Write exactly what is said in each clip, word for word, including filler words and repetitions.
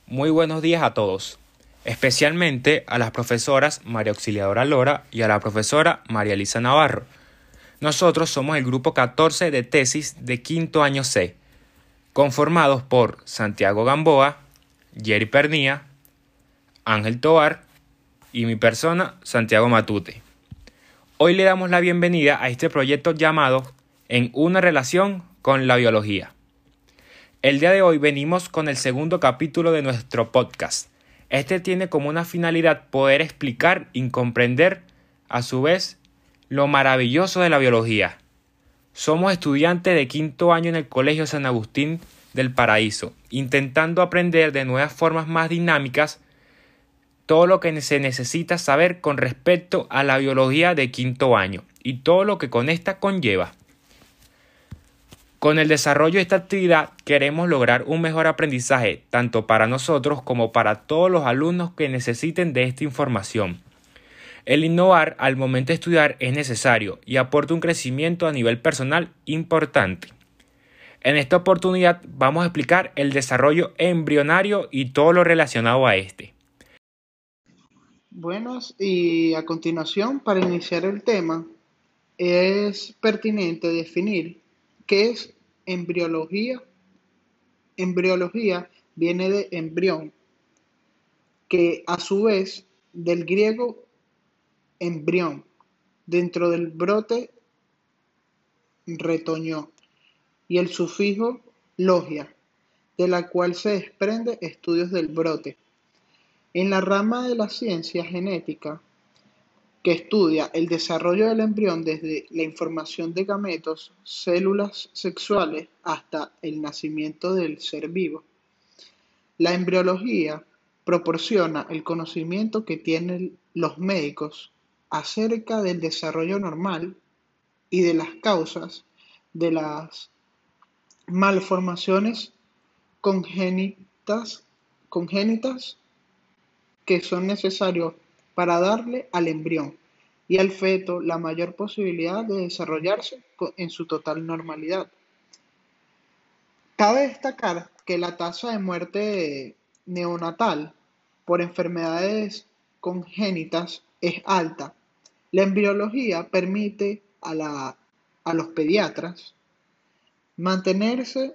Muy buenos días a todos, especialmente a las profesoras María Auxiliadora Lora y a la profesora María Elisa Navarro. Nosotros somos el grupo catorce de tesis de quinto año C, conformados por Santiago Gamboa, Jerry Pernía, Ángel Tovar y mi persona, Santiago Matute. Hoy le damos la bienvenida a este proyecto llamado En una relación con la biología. El día de hoy venimos con el segundo capítulo de nuestro podcast. Este tiene como una finalidad poder explicar y comprender, a su vez, lo maravilloso de la biología. Somos estudiantes de quinto año en el Colegio San Agustín del Paraíso, intentando aprender de nuevas formas más dinámicas todo lo que se necesita saber con respecto a la biología de quinto año y todo lo que con esta conlleva. Con el desarrollo de esta actividad queremos lograr un mejor aprendizaje tanto para nosotros como para todos los alumnos que necesiten de esta información. El innovar al momento de estudiar es necesario y aporta un crecimiento a nivel personal importante. En esta oportunidad vamos a explicar el desarrollo embrionario y todo lo relacionado a este. Buenas, y a continuación, para iniciar el tema, es pertinente definir qué es embriología. Embriología viene de embrión, que a su vez del griego embrión, dentro del brote retoñó, y el sufijo logia, de la cual se desprende estudios del brote. En la rama de la ciencia genética, que estudia el desarrollo del embrión desde la información de gametos, células sexuales, hasta el nacimiento del ser vivo. La embriología proporciona el conocimiento que tienen los médicos acerca del desarrollo normal y de las causas de las malformaciones congénitas, congénitas que son necesarios para darle al embrión y al feto la mayor posibilidad de desarrollarse en su total normalidad. Cabe destacar que la tasa de muerte neonatal por enfermedades congénitas es alta. La embriología permite a, la, a los pediatras mantenerse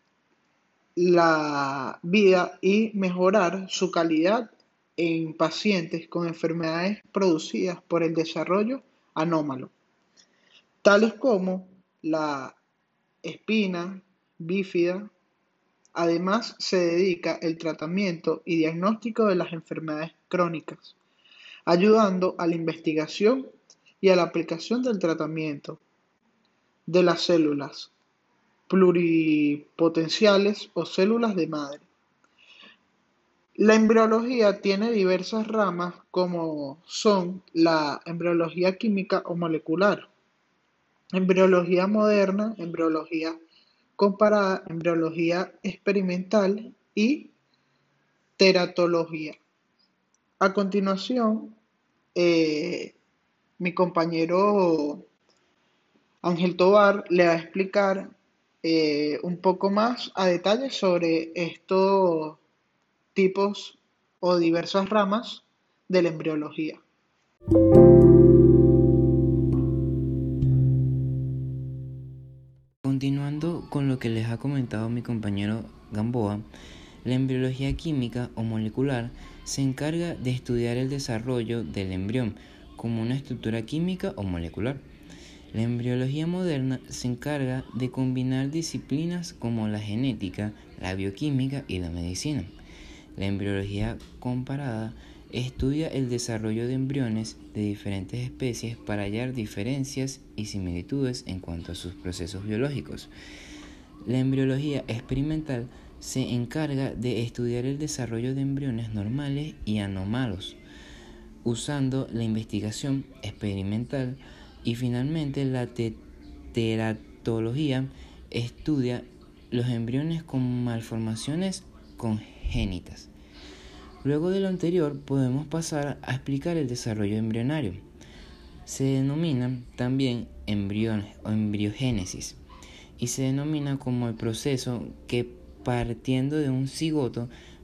la vida y mejorar su calidad en pacientes con enfermedades producidas por el desarrollo anómalo, tales como la espina bífida. Además, se dedica el tratamiento y diagnóstico de las enfermedades crónicas, ayudando a la investigación y a la aplicación del tratamiento de las células pluripotenciales o células de madre. La embriología tiene diversas ramas como son la embriología química o molecular, embriología moderna, embriología comparada, embriología experimental y teratología. A continuación, eh, mi compañero Ángel Tovar le va a explicar eh, un poco más a detalle sobre estos tipos o diversas ramas de la embriología. Continuando con lo que les ha comentado mi compañero Gamboa, la embriología química o molecular se encarga de estudiar el desarrollo del embrión como una estructura química o molecular. La embriología moderna se encarga de combinar disciplinas como la genética, la bioquímica y la medicina. La embriología comparada estudia el desarrollo de embriones de diferentes especies para hallar diferencias y similitudes en cuanto a sus procesos biológicos. La embriología experimental se encarga de estudiar el desarrollo de embriones normales y anómalos, usando la investigación experimental. Y finalmente la te- teratología estudia los embriones con malformaciones congénitas. Luego de lo anterior podemos pasar a explicar el desarrollo embrionario. Se denomina también embriones o embriogénesis y se denomina como el proceso que partiendo de un cigoto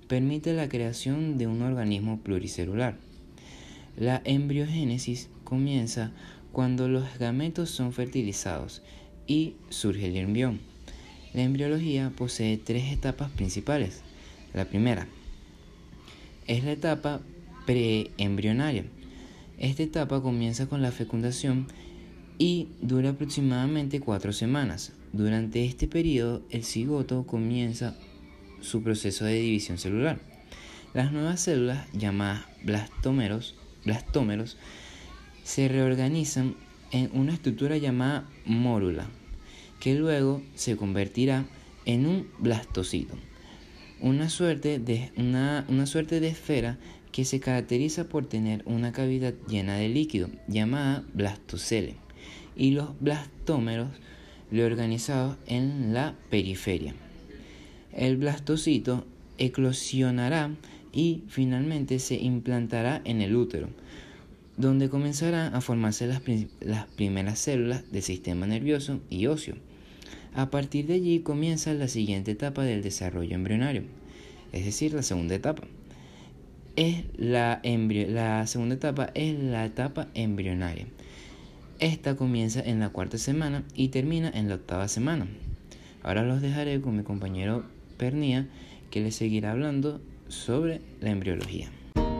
permite la creación de un organismo pluricelular. La embriogénesis comienza cuando los gametos son fertilizados y surge el embrión. La embriología posee tres etapas principales. La primera es la etapa preembrionaria. Esta etapa comienza con la fecundación y dura aproximadamente cuatro semanas. Durante este periodo, el cigoto comienza su proceso de división celular. Las nuevas células, llamadas blastómeros, blastómeros, se reorganizan en una estructura llamada mórula, que luego se convertirá en un blastocito, una suerte de, una, una suerte de esfera que se caracteriza por tener una cavidad llena de líquido, llamada blastocele, y los blastómeros reorganizados en la periferia. El blastocito eclosionará y finalmente se implantará en el útero, donde comenzarán a formarse las, prim- las primeras células del sistema nervioso y óseo. A partir de allí comienza la siguiente etapa del desarrollo embrionario, es decir, la segunda etapa. Es la, embrio- la segunda etapa es la etapa embrionaria. Esta comienza en la cuarta semana y termina en la octava semana. Ahora los dejaré con mi compañero Pernía, que les seguirá hablando sobre la embriología.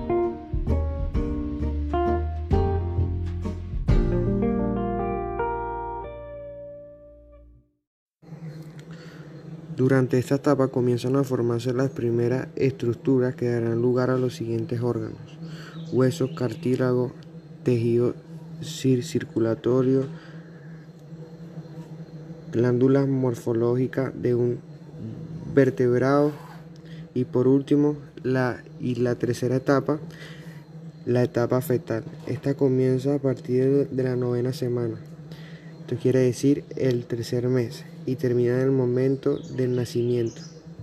Durante esta etapa comienzan a formarse las primeras estructuras que darán lugar a los siguientes órganos: huesos, cartílago, tejido circulatorio, glándulas morfológicas de un vertebrado y por último la, y la tercera etapa, la etapa fetal. Esta comienza a partir de la novena semana, esto quiere decir el tercer mes, y termina en el momento del nacimiento.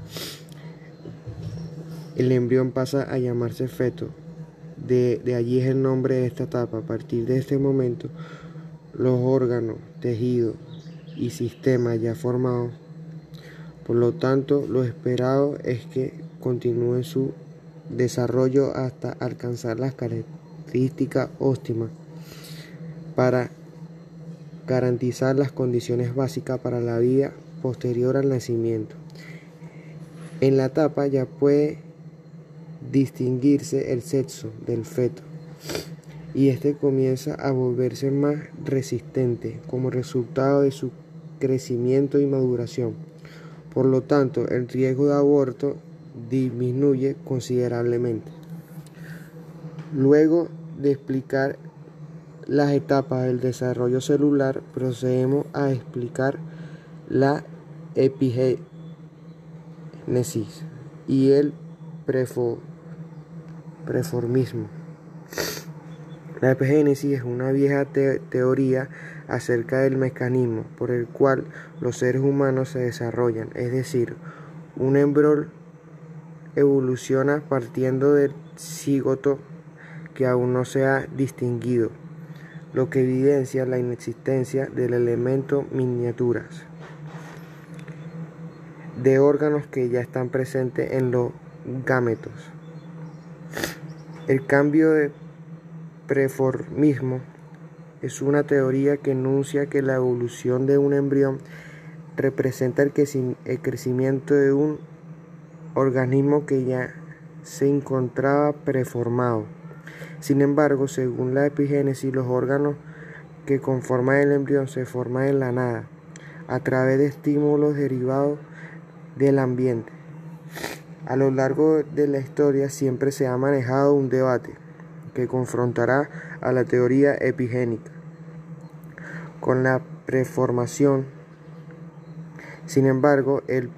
El embrión pasa a llamarse feto, de, de allí es el nombre de esta etapa. A partir de este momento, los órganos, tejidos y sistemas ya formados, por lo tanto, lo esperado es que continúe su desarrollo hasta alcanzar las características óptimas para garantizar las condiciones básicas para la vida posterior al nacimiento. En la etapa ya puede distinguirse el sexo del feto y este comienza a volverse más resistente como resultado de su crecimiento y maduración. Por lo tanto, el riesgo de aborto disminuye considerablemente. Luego de explicar las etapas del desarrollo celular, procedemos a explicar la epigénesis y el prefo, preformismo. La epigénesis es una vieja te teoría acerca del mecanismo por el cual los seres humanos se desarrollan, es decir, un embrión evoluciona partiendo del cigoto que aún no se ha distinguido, lo que evidencia la inexistencia del elemento miniaturas de órganos que ya están presentes en los gametos. El cambio de preformismo es una teoría que enuncia que la evolución de un embrión representa el, el crecimiento de un organismo que ya se encontraba preformado. Sin embargo, según la epigénesis, los órganos que conforman el embrión se forman en la nada, a través de estímulos derivados del ambiente. A lo largo de la historia siempre se ha manejado un debate que confrontará a la teoría epigénica con la preformación. Sin embargo, el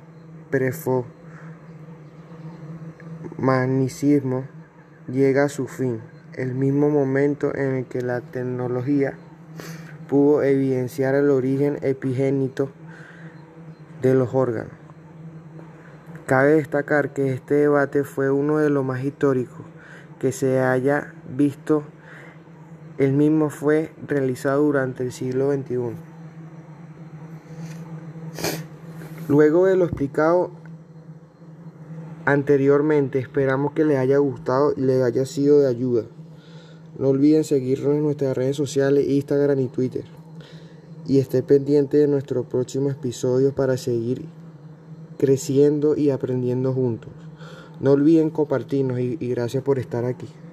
preformanicismo llega a su fin, el mismo momento en el que la tecnología pudo evidenciar el origen epigénico de los órganos. Cabe destacar que este debate fue uno de los más históricos que se haya visto. El mismo fue realizado durante el siglo veintiuno. Luego de lo explicado anteriormente. Esperamos que les haya gustado y les haya sido de ayuda. No olviden seguirnos en nuestras redes sociales, Instagram y Twitter. Y esté pendiente de nuestros próximos episodios para seguir creciendo y aprendiendo juntos. No olviden compartirnos y, y gracias por estar aquí.